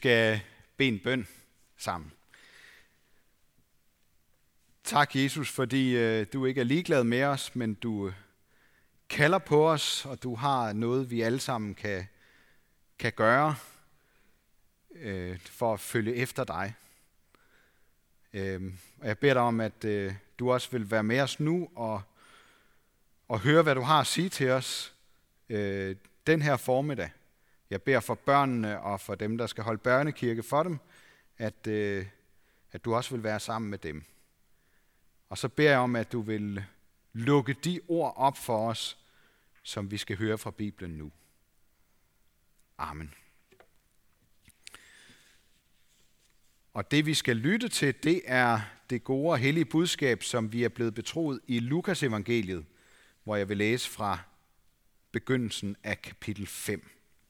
Skal bede en bøn sammen. Tak, Jesus, fordi du ikke er ligeglad med os, men du kalder på os, og du har noget, vi alle sammen kan gøre for at følge efter dig. Og jeg beder dig om, at du også vil være med os nu og høre, hvad du har at sige til os den her formiddag. Jeg beder for børnene og for dem, der skal holde børnekirke for dem, at du også vil være sammen med dem. Og så beder jeg om, at du vil lukke de ord op for os, som vi skal høre fra Bibelen nu. Amen. Og det vi skal lytte til, det er det gode og hellige budskab, som vi er blevet betroet i Lukas evangeliet, hvor jeg vil læse fra begyndelsen af kapitel 5.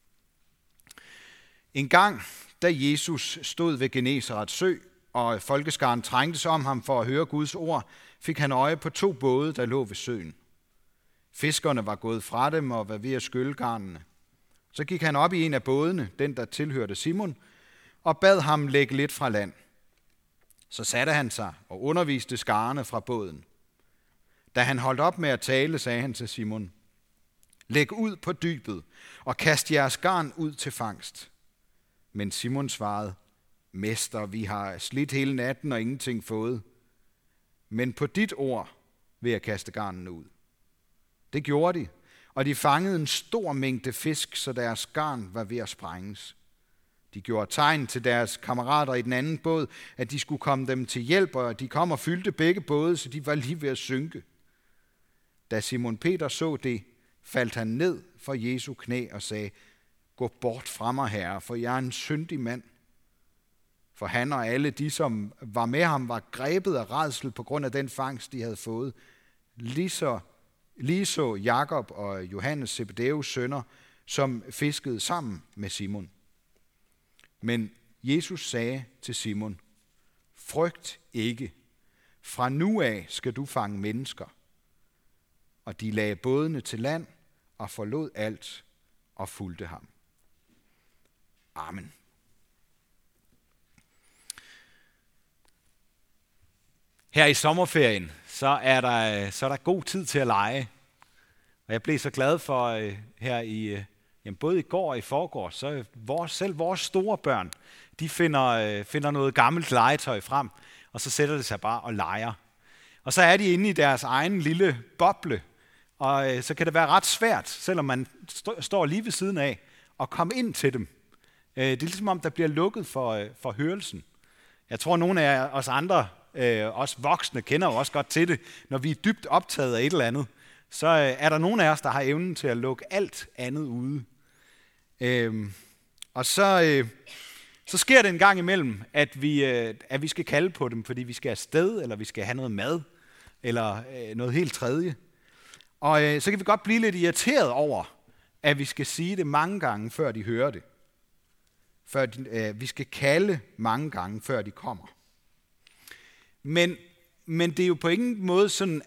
En gang, da Jesus stod ved Genesarets sø, og folkeskaren trængtes om ham for at høre Guds ord, fik han øje på 2 både, der lå ved søen. Fiskerne var gået fra dem og var ved at skylle garnene. Så gik han op i en af bådene, den der tilhørte Simon, og bad ham lægge lidt fra land. Så satte han sig og underviste skarne fra båden. Da han holdt op med at tale, sagde han til Simon: "Læg ud på dybet og kast jeres garn ud til fangst." Men Simon svarede: "Mester, vi har slidt hele natten og ingenting fået. Men på dit ord vil jeg kaste garnene ud." Det gjorde de, og de fangede en stor mængde fisk, så deres garn var ved at sprænges. De gjorde tegn til deres kammerater i den anden båd, at de skulle komme dem til hjælp, og de kom og fyldte begge både, så de var lige ved at synke. Da Simon Peter så det, faldt han ned for Jesu knæ og sagde: "Gå bort fra mig, Herre, for jeg er en syndig mand." For han og alle de, som var med ham, var grebet af rædsel på grund af den fangst, de havde fået. Lige så Jakob og Johannes, Zebedeus sønner, som fiskede sammen med Simon. Men Jesus sagde til Simon: "Frygt ikke. Fra nu af skal du fange mennesker." Og de lagde bådene til land og forlod alt og fulgte ham. Amen. Her i sommerferien, så er der god tid til at lege. Og jeg blev så glad for her i både i går og i forgårs, så selv vores store børn, de finder noget gammelt legetøj frem, og så sætter det sig bare og leger. Og så er de inde i deres egen lille boble, og så kan det være ret svært, selvom man står lige ved siden af, at komme ind til dem. Det er ligesom om, der bliver lukket for hørelsen. Jeg tror, nogle af os andre, os voksne, kender jo også godt til det. Når vi er dybt optaget af et eller andet, så er der nogle af os, der har evnen til at lukke alt andet ude. Og så sker det en gang imellem, at vi skal kalde på dem, fordi vi skal afsted, eller vi skal have noget mad, eller noget helt tredje. Og så kan vi godt blive lidt irriteret over, at vi skal sige det mange gange, før de hører det. Vi skal kalde mange gange, før de kommer. Men det er jo på ingen måde sådan,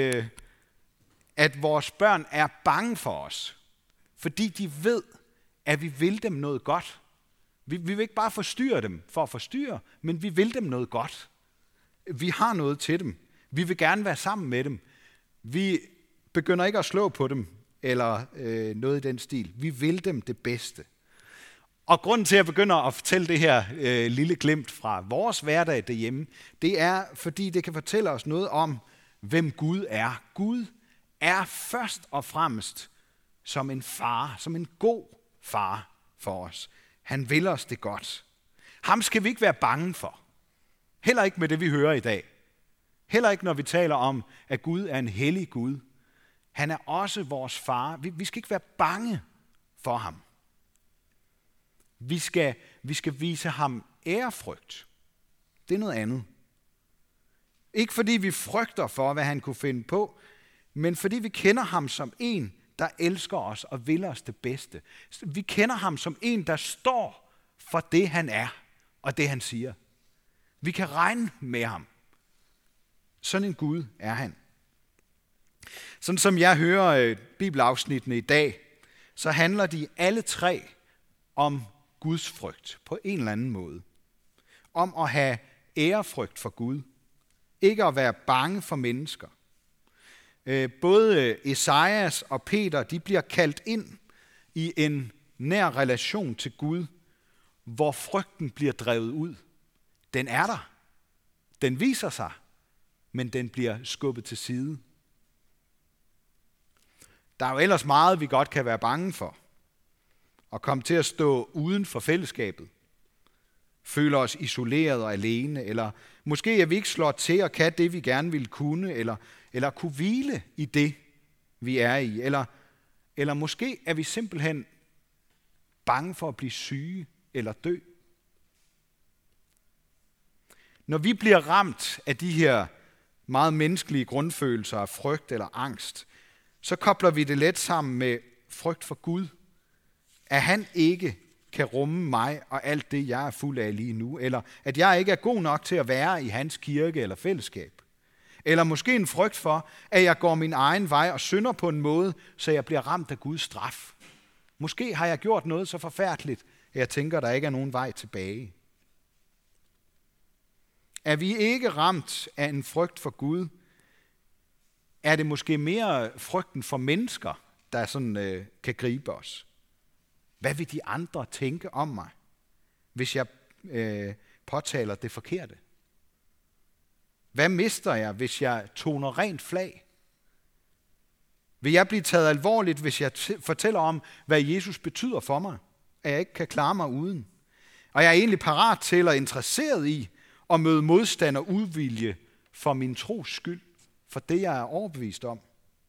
at vores børn er bange for os. Fordi de ved, at vi vil dem noget godt. Vi vil ikke bare forstyrre dem for at forstyrre, men vi vil dem noget godt. Vi har noget til dem. Vi vil gerne være sammen med dem. Vi begynder ikke at slå på dem, eller noget i den stil. Vi vil dem det bedste. Og grunden til, at jeg begynder at fortælle det her lille glimt fra vores hverdag derhjemme, det er, fordi det kan fortælle os noget om, hvem Gud er. Gud er først og fremmest som en far, som en god far for os. Han vil os det godt. Ham skal vi ikke være bange for. Heller ikke med det, vi hører i dag. Heller ikke, når vi taler om, at Gud er en hellig Gud. Han er også vores far. Vi skal ikke være bange for ham. Vi skal vise ham ærefrygt. Det er noget andet. Ikke fordi vi frygter for, hvad han kunne finde på, men fordi vi kender ham som en, der elsker os og vil os det bedste. Vi kender ham som en, der står for det, han er og det, han siger. Vi kan regne med ham. Sådan en Gud er han. Sådan som jeg hører bibelafsnittene i dag, så handler de alle 3 om Guds frygt på en eller anden måde. Om at have ærefrygt for Gud. Ikke at være bange for mennesker. Både Esajas og Peter, de bliver kaldt ind i en nær relation til Gud, hvor frygten bliver drevet ud. Den er der. Den viser sig, men den bliver skubbet til side. Der er jo ellers meget, vi godt kan være bange for. At komme til at stå uden for fællesskabet. Føle os isoleret og alene, eller måske er vi ikke slået til og kan det, vi gerne ville kunne, eller kunne hvile i det, vi er i. Eller måske er vi simpelthen bange for at blive syge eller dø. Når vi bliver ramt af de her meget menneskelige grundfølelser af frygt eller angst, så kobler vi det let sammen med frygt for Gud. At han ikke kan rumme mig og alt det, jeg er fuld af lige nu. Eller at jeg ikke er god nok til at være i hans kirke eller fællesskab. Eller måske en frygt for, at jeg går min egen vej og synder på en måde, så jeg bliver ramt af Guds straf. Måske har jeg gjort noget så forfærdeligt, at jeg tænker, at der ikke er nogen vej tilbage. Er vi ikke ramt af en frygt for Gud, er det måske mere frygten for mennesker, der sådan kan gribe os. Hvad vil de andre tænke om mig, hvis jeg påtaler det forkerte? Hvad mister jeg, hvis jeg toner rent flag? Vil jeg blive taget alvorligt, hvis jeg fortæller om, hvad Jesus betyder for mig? At jeg ikke kan klare mig uden? Og jeg er egentlig parat til eller interesseret i at møde modstand og udvilje for min tros skyld, for det jeg er overbevist om.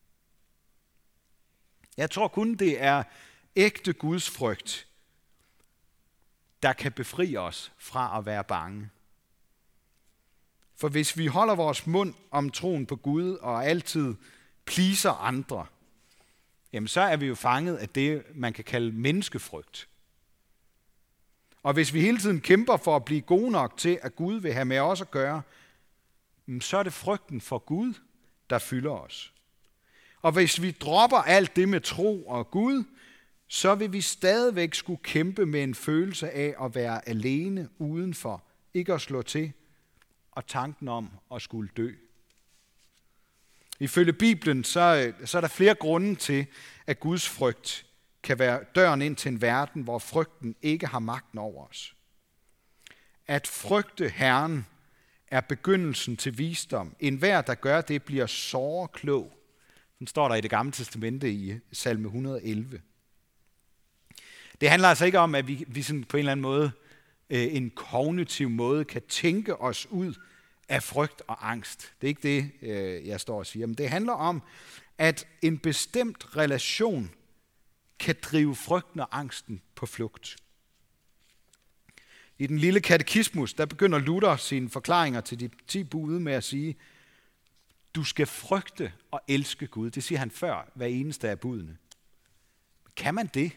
Jeg tror kun det er ægte Guds frygt, der kan befri os fra at være bange. For hvis vi holder vores mund om troen på Gud og altid pleaser andre, jamen så er vi jo fanget af det, man kan kalde menneskefrygt. Og hvis vi hele tiden kæmper for at blive gode nok til, at Gud vil have med os at gøre, så er det frygten for Gud, der fylder os. Og hvis vi dropper alt det med tro og Gud, så vil vi stadigvæk skulle kæmpe med en følelse af at være alene udenfor, ikke at slå til, og tanken om at skulle dø. Ifølge Bibelen, så er der flere grunde til, at Guds frygt kan være døren ind til en verden, hvor frygten ikke har magten over os. At frygte Herren er begyndelsen til visdom. Enhver, der gør det, bliver såre klog. Den står der i Det Gamle Testamente i salme 111. Det handler altså ikke om, at vi sådan på en eller anden måde, en kognitiv måde, kan tænke os ud af frygt og angst. Det er ikke det, jeg står og siger. Men det handler om, at en bestemt relation kan drive frygten og angsten på flugt. I den lille katekismus, der begynder Luther sine forklaringer til de 10 bud med at sige, du skal frygte og elske Gud. Det siger han før hver eneste af budene. Kan man det?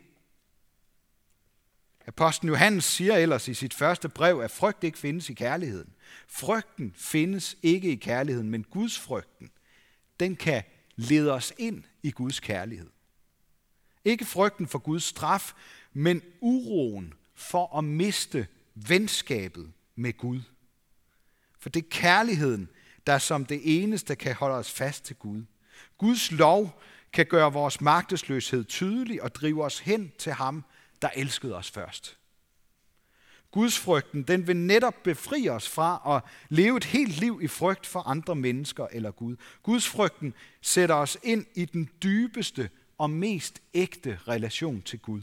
Apostlen Johannes siger ellers i sit første brev, at frygt ikke findes i kærligheden. Frygten findes ikke i kærligheden, men Guds frygten, den kan lede os ind i Guds kærlighed. Ikke frygten for Guds straf, men uroen for at miste venskabet med Gud. For det er kærligheden, der som det eneste kan holde os fast til Gud. Guds lov kan gøre vores magtesløshed tydelig og drive os hen til ham, der elskede os først. Guds frygten, den vil netop befri os fra at leve et helt liv i frygt for andre mennesker eller Gud. Guds frygten sætter os ind i den dybeste og mest ægte relation til Gud.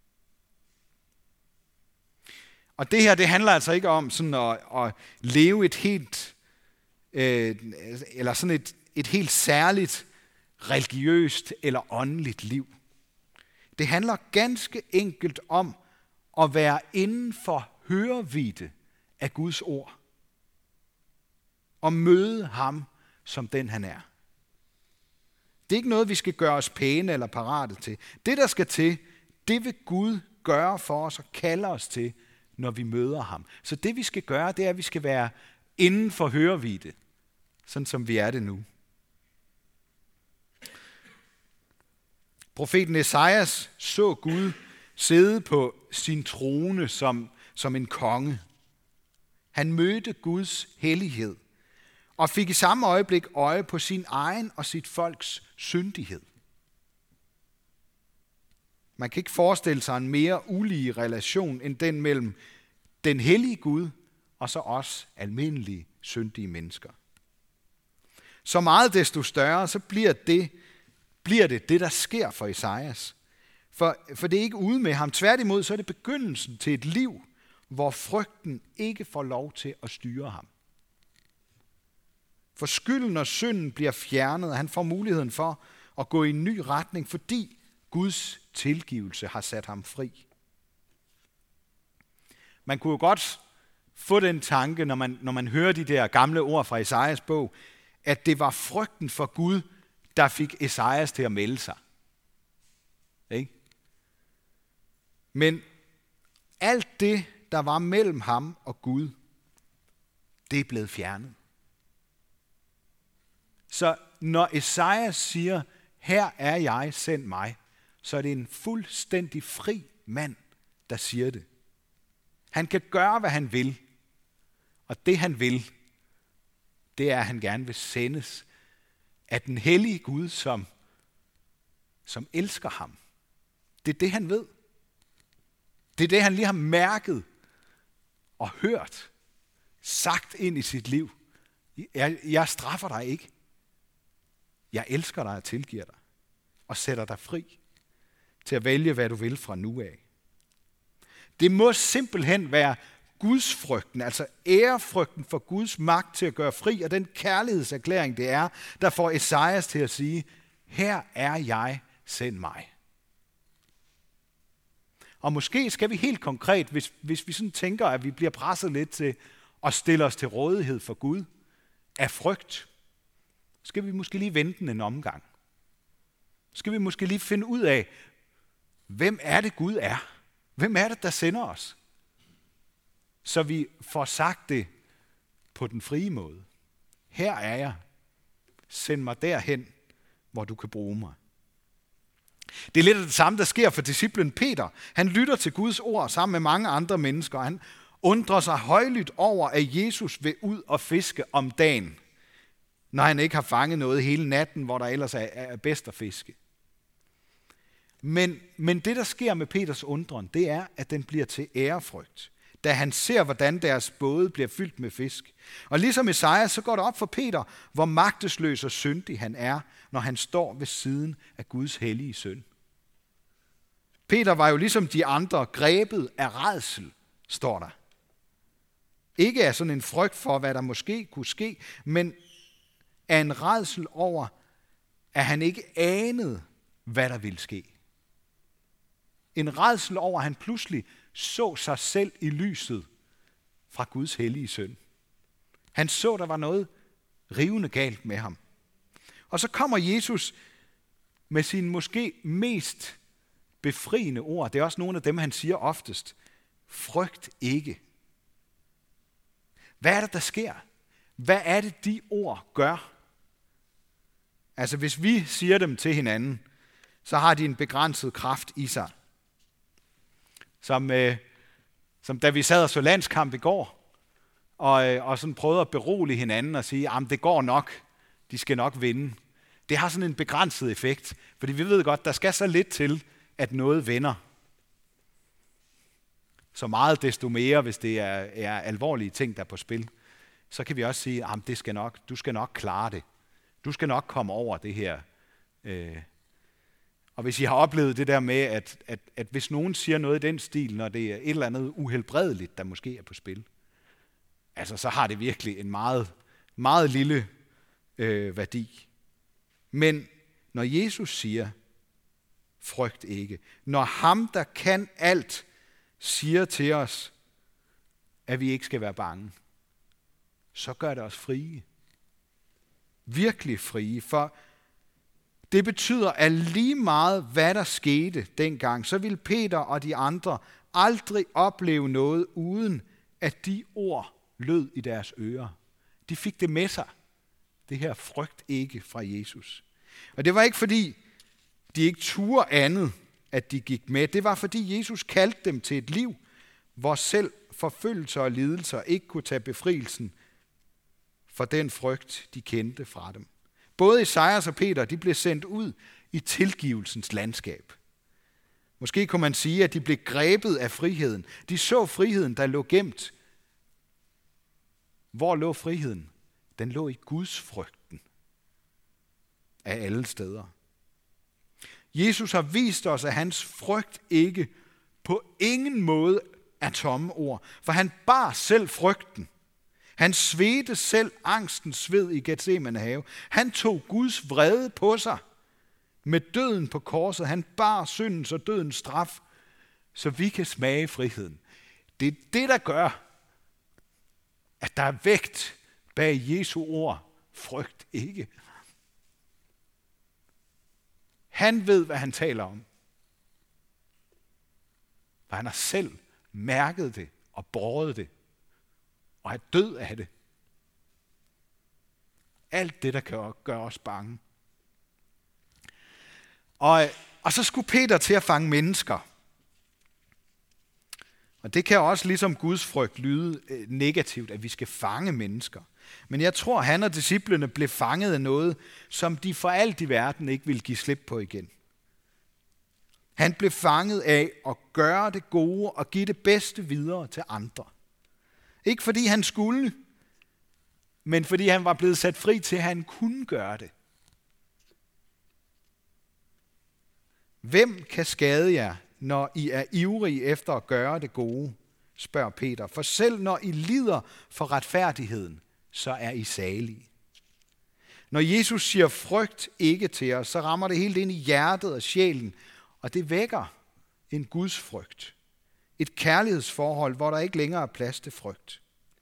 Og det her, det handler altså ikke om sådan at leve et helt, eller sådan et helt særligt religiøst eller åndeligt liv. Det handler ganske enkelt om at være inden for hørevide af Guds ord. Og møde ham som den han er. Det er ikke noget, vi skal gøre os pæne eller parate til. Det, der skal til, det vil Gud gøre for os og kalde os til, når vi møder ham. Så det, vi skal gøre, det er, at vi skal være inden for hørevide, sådan som vi er det nu. Profeten Esajas så Gud sidde på sin trone som en konge. Han mødte Guds hellighed og fik i samme øjeblik øje på sin egen og sit folks syndighed. Man kan ikke forestille sig en mere ulige relation end den mellem den hellige Gud og så os almindelige syndige mennesker. Så meget desto større, så bliver det, der sker for Esajas. For det er ikke ude med ham. Tværtimod, så er det begyndelsen til et liv, hvor frygten ikke får lov til at styre ham. For skylden og synden bliver fjernet, og han får muligheden for at gå i en ny retning, fordi Guds tilgivelse har sat ham fri. Man kunne jo godt få den tanke, når man hører de der gamle ord fra Esajas bog, at det var frygten for Gud, der fik Esajas til at melde sig. Ikke? Men alt det, der var mellem ham og Gud, det er blevet fjernet. Så når Esajas siger, her er jeg, send mig, så er det en fuldstændig fri mand, der siger det. Han kan gøre, hvad han vil, og det han vil, det er, at han gerne vil sendes af den hellige Gud, som elsker ham. Det er det, han ved. Det er det, han lige har mærket og hørt, sagt ind i sit liv. Jeg straffer dig ikke. Jeg elsker dig og tilgiver dig, og sætter dig fri til at vælge, hvad du vil fra nu af. Det må simpelthen være gudsfrygten, altså ærefrygten for Guds magt til at gøre fri, og den kærlighedserklæring, det er, der får Esajas til at sige, her er jeg, send mig. Og måske skal vi helt konkret, hvis vi sådan tænker, at vi bliver presset lidt til at stille os til rådighed for Gud af frygt, skal vi måske lige vente en omgang. Skal vi måske lige finde ud af, hvem er det Gud er? Hvem er det, der sender os? Så vi får sagt det på den frie måde. Her er jeg. Send mig derhen, hvor du kan bruge mig. Det er lidt af det samme, der sker for disciplen Peter. Han lytter til Guds ord sammen med mange andre mennesker. Han undrer sig højlydt over, at Jesus vil ud og fiske om dagen, når han ikke har fanget noget hele natten, hvor der ellers er bedst at fiske. Men det, der sker med Peters undren, det er, at den bliver til ærefrygt, da han ser, hvordan deres både bliver fyldt med fisk. Og ligesom Esajas, så går det op for Peter, hvor magtesløs og syndig han er, når han står ved siden af Guds hellige søn. Peter var jo ligesom de andre grebet af rædsel, står der. Ikke af sådan en frygt for, hvad der måske kunne ske, men af en rædsel over, at han ikke anede, hvad der ville ske. En rædsel over, at han pludselig så sig selv i lyset fra Guds hellige søn. Han så, der var noget rivende galt med ham. Og så kommer Jesus med sine måske mest befriende ord. Det er også nogle af dem, han siger oftest. Frygt ikke. Hvad er det, der sker? Hvad er det, de ord gør? Altså, hvis vi siger dem til hinanden, så har de en begrænset kraft i sig. Som da vi sad og så landskamp i går, og sådan prøvede at berolige hinanden og sige, at det går nok, de skal nok vinde. Det har sådan en begrænset effekt, fordi vi ved godt, der skal så lidt til, at noget vender. Så meget desto mere, hvis det er alvorlige ting, der er på spil, så kan vi også sige, at du skal nok klare det. Du skal nok komme over det her. Og hvis I har oplevet det der med, at hvis nogen siger noget i den stil, når det er et eller andet uhelbredeligt, der måske er på spil, altså så har det virkelig en meget, meget lille værdi. Men når Jesus siger, frygt ikke, når ham, der kan alt, siger til os, at vi ikke skal være bange, så gør det os frie. Virkelig frie, for det betyder, at lige meget hvad der skete dengang, så ville Peter og de andre aldrig opleve noget, uden at de ord lød i deres ører. De fik det med sig, det her frygt ikke fra Jesus. Og det var ikke fordi, de ikke turde andet, at de gik med. Det var, fordi Jesus kaldte dem til et liv, hvor selv forfølgelser og lidelser ikke kunne tage befrielsen for den frygt, de kendte fra dem. Både Esajas og Peter, de blev sendt ud i tilgivelsens landskab. Måske kunne man sige, at de blev grebet af friheden. De så friheden, der lå gemt. Hvor lå friheden? Den lå i Guds frygten af alle steder. Jesus har vist os, at hans frygt ikke på ingen måde er tomme ord, for han bar selv frygten. Han svedte selv angstens sved i Getsemane have. Han tog Guds vrede på sig med døden på korset. Han bar syndens og dødens straf, så vi kan smage friheden. Det er det, der gør, at der er vægt bag Jesu ord. Frygt ikke. Han ved, hvad han taler om. For han har selv mærket det og båret det og er død af det. Alt det, der kan gøre os bange. Og så skulle Peter til at fange mennesker. Og det kan også ligesom Guds frygt lyde negativt, at vi skal fange mennesker. Men jeg tror, han og disciplene blev fanget af noget, som de for alt i verden ikke ville give slip på igen. Han blev fanget af at gøre det gode og give det bedste videre til andre. Ikke fordi han skulle, men fordi han var blevet sat fri til, at han kunne gøre det. Hvem kan skade jer, når I er ivrige efter at gøre det gode, spørger Peter. For selv når I lider for retfærdigheden, så er I salige. Når Jesus siger frygt ikke til os, så rammer det helt ind i hjertet og sjælen, og det vækker en Guds frygt. Et kærlighedsforhold, hvor der ikke længere er plads til frygt.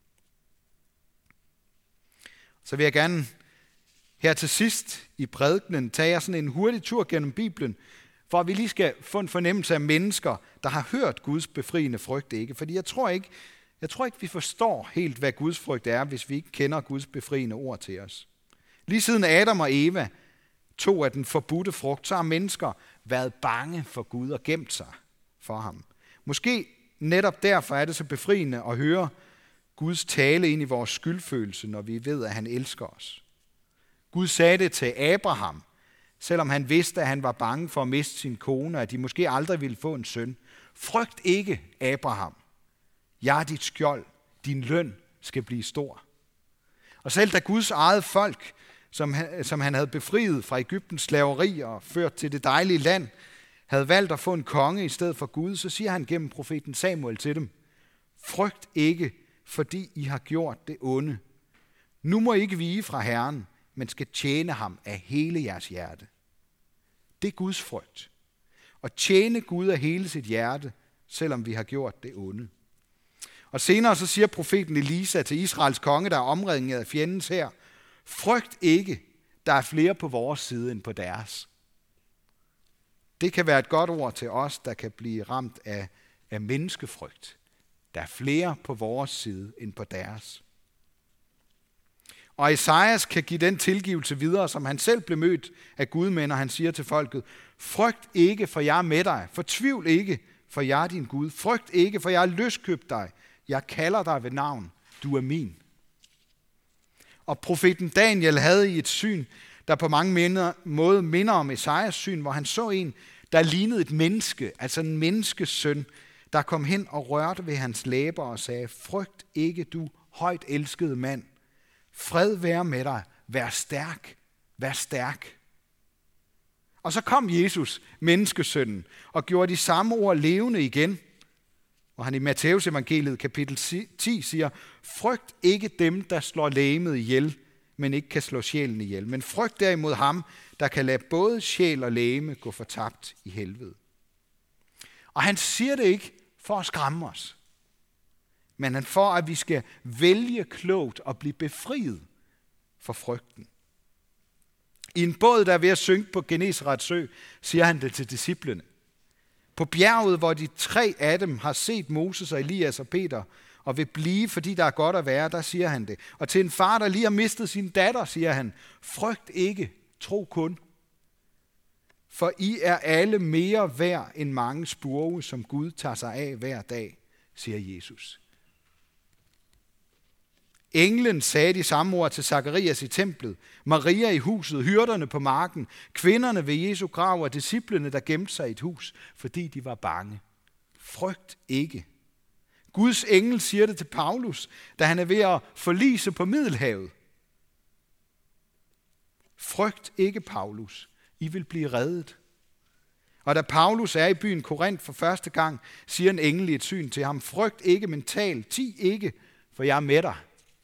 Så vil jeg gerne her til sidst i prædikenen tage jer sådan en hurtig tur gennem Bibelen, for at vi lige skal få en fornemmelse af mennesker, der har hørt Guds befriende frygt ikke. Fordi jeg tror ikke, vi forstår helt, hvad Guds frygt er, hvis vi ikke kender Guds befriende ord til os. Lige siden Adam og Eva tog af den forbudte frugt, så har mennesker været bange for Gud og gemt sig for ham. Måske netop derfor er det så befriende at høre Guds tale ind i vores skyldfølelse, når vi ved, at han elsker os. Gud sagde det til Abraham, selvom han vidste, at han var bange for at miste sin kone, og at de måske aldrig ville få en søn. Frygt ikke, Abraham. Jeg er dit skjold. Din løn skal blive stor. Og selv da Guds eget folk, som han havde befriet fra Egyptens slaveri og ført til det dejlige land, havde valgt at få en konge i stedet for Gud, så siger han gennem profeten Samuel til dem: frygt ikke, fordi I har gjort det onde. Nu må I ikke vige fra Herren, men skal tjene ham af hele jeres hjerte. Det er Guds frygt. At tjene Gud af hele sit hjerte, selvom vi har gjort det onde. Og senere så siger profeten Elisa til Israels konge, der er omringet af fjendens hær: frygt ikke, der er flere på vores side end på deres. Det kan være et godt ord til os, der kan blive ramt af menneskefrygt. Der er flere på vores side end på deres. Og Esajas kan give den tilgivelse videre, som han selv blev mødt af Gud med, når han siger til folket: frygt ikke, for jeg er med dig. Fortvivl ikke, for jeg er din Gud. Frygt ikke, for jeg har løskøbt dig. Jeg kalder dig ved navn. Du er min. Og profeten Daniel havde i et syn, der på mange måder minder om Esajas syn, hvor han så en, der lignede et menneske, altså en menneskesøn, der kom hen og rørte ved hans læber og sagde: frygt ikke, du højt elskede mand. Fred være med dig. Vær stærk. Vær stærk. Og så kom Jesus, menneskesønnen, og gjorde de samme ord levende igen. Og han i Matteus evangeliet kapitel 10 siger: frygt ikke dem, der slår legemet ihjel, men ikke kan slå sjælen ihjel. Men frygt derimod ham, der kan lade både sjæl og legeme gå fortabt i helvede. Og han siger det ikke for at skræmme os, men han for, at vi skal vælge klogt og blive befriet for frygten. I en båd, der er ved at synke på Genesarets sø, siger han det til disciplene. På bjerget, hvor de 3 af dem har set Moses og Elias og Peter, og vil blive, fordi der er godt at være, der siger han det. Og til en far, der lige har mistet sin datter, siger han: frygt ikke, tro kun. for I er alle mere værd end mange spurve, som Gud tager sig af hver dag, siger Jesus. Englen sagde de samme ord til Zakarias i templet, Maria i huset, hyrderne på marken, kvinderne ved Jesu grav og disciplene, der gemte sig i et hus, fordi de var bange. Frygt ikke. Guds engel siger det til Paulus, da han er ved at forlise på Middelhavet. Frygt ikke, Paulus. I vil blive reddet. Og da Paulus er i byen Korinth for første gang, siger en engel i et syn til ham, frygt ikke, men ti ikke, for jeg er med dig.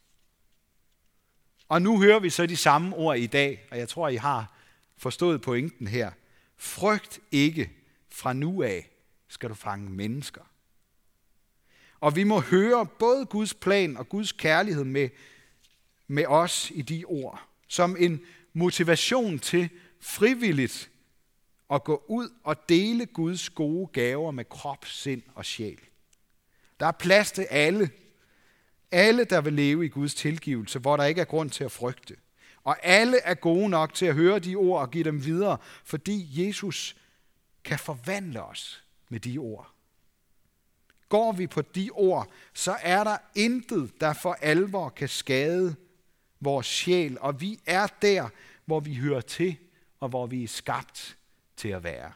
Og nu hører vi så de samme ord i dag, og jeg tror, I har forstået pointen her. Frygt ikke, fra nu af skal du fange mennesker. Og vi må høre både Guds plan og Guds kærlighed med os i de ord, som en motivation til frivilligt at gå ud og dele Guds gode gaver med krop, sind og sjæl. Der er plads til alle. Alle, der vil leve i Guds tilgivelse, hvor der ikke er grund til at frygte. Og alle er gode nok til at høre de ord og give dem videre, fordi Jesus kan forvandle os med de ord. Går vi på de ord, så er der intet, der for alvor kan skade vores sjæl, og vi er der, hvor vi hører til, og hvor vi er skabt til at være.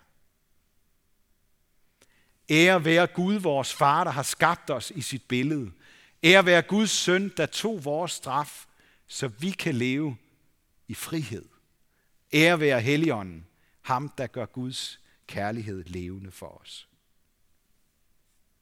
Ære være Gud, vores far, der har skabt os i sit billede. Ære være Guds søn, der tog vores straf, så vi kan leve i frihed. Ære være Helligånden, ham der gør Guds kærlighed levende for os.